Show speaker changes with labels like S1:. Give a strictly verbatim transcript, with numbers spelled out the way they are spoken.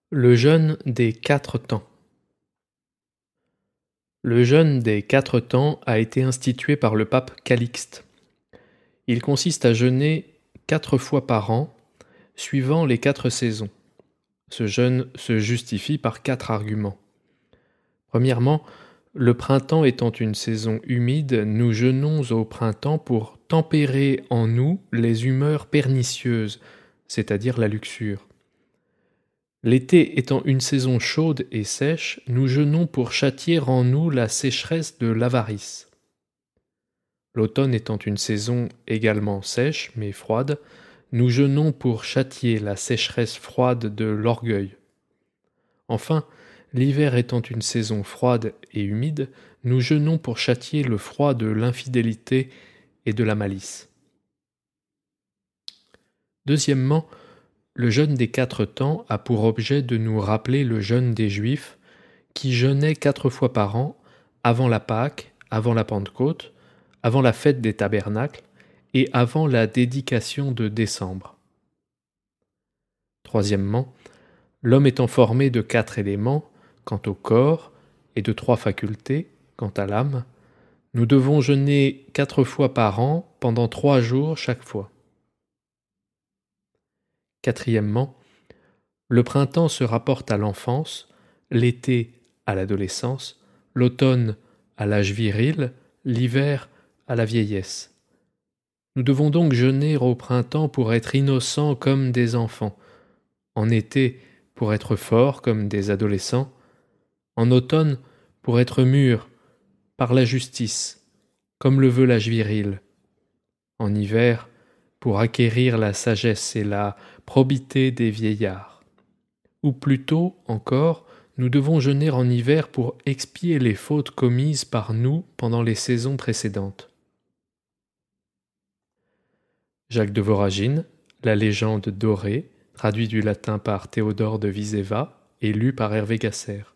S1: Le jeûne des quatre temps. Le jeûne des quatre temps a été institué par le pape Calixte. Il consiste à jeûner quatre fois par an, suivant les quatre saisons. Ce jeûne se justifie par quatre arguments. Premièrement, le printemps étant une saison humide, nous jeûnons au printemps pour tempérer en nous les humeurs pernicieuses, c'est-à-dire la luxure. L'été étant une saison chaude et sèche, nous jeûnons pour châtier en nous la sécheresse de l'avarice. L'automne étant une saison également sèche mais froide, nous jeûnons pour châtier la sécheresse froide de l'orgueil. Enfin, l'hiver étant une saison froide et humide, nous jeûnons pour châtier le froid de l'infidélité et de la malice. Deuxièmement, le jeûne des quatre temps a pour objet de nous rappeler le jeûne des Juifs qui jeûnaient quatre fois par an, avant la Pâque, avant la Pentecôte, avant la fête des Tabernacles et avant la dédication de décembre. Troisièmement, l'homme étant formé de quatre éléments, quant au corps, et de trois facultés, quant à l'âme, nous devons jeûner quatre fois par an pendant trois jours chaque fois. Quatrièmement, le printemps se rapporte à l'enfance, l'été à l'adolescence, l'automne à l'âge viril, l'hiver à la vieillesse. Nous devons donc jeûner au printemps pour être innocents comme des enfants, en été pour être forts comme des adolescents, en automne pour être mûrs par la justice, comme le veut l'âge viril, en hiver pour acquérir la sagesse et la probité des vieillards. Ou plutôt encore, nous devons jeûner en hiver pour expier les fautes commises par nous pendant les saisons précédentes. Jacques de Voragine, La légende dorée, traduit du latin par Théodore de Viseva et lu par Hervé Gasser.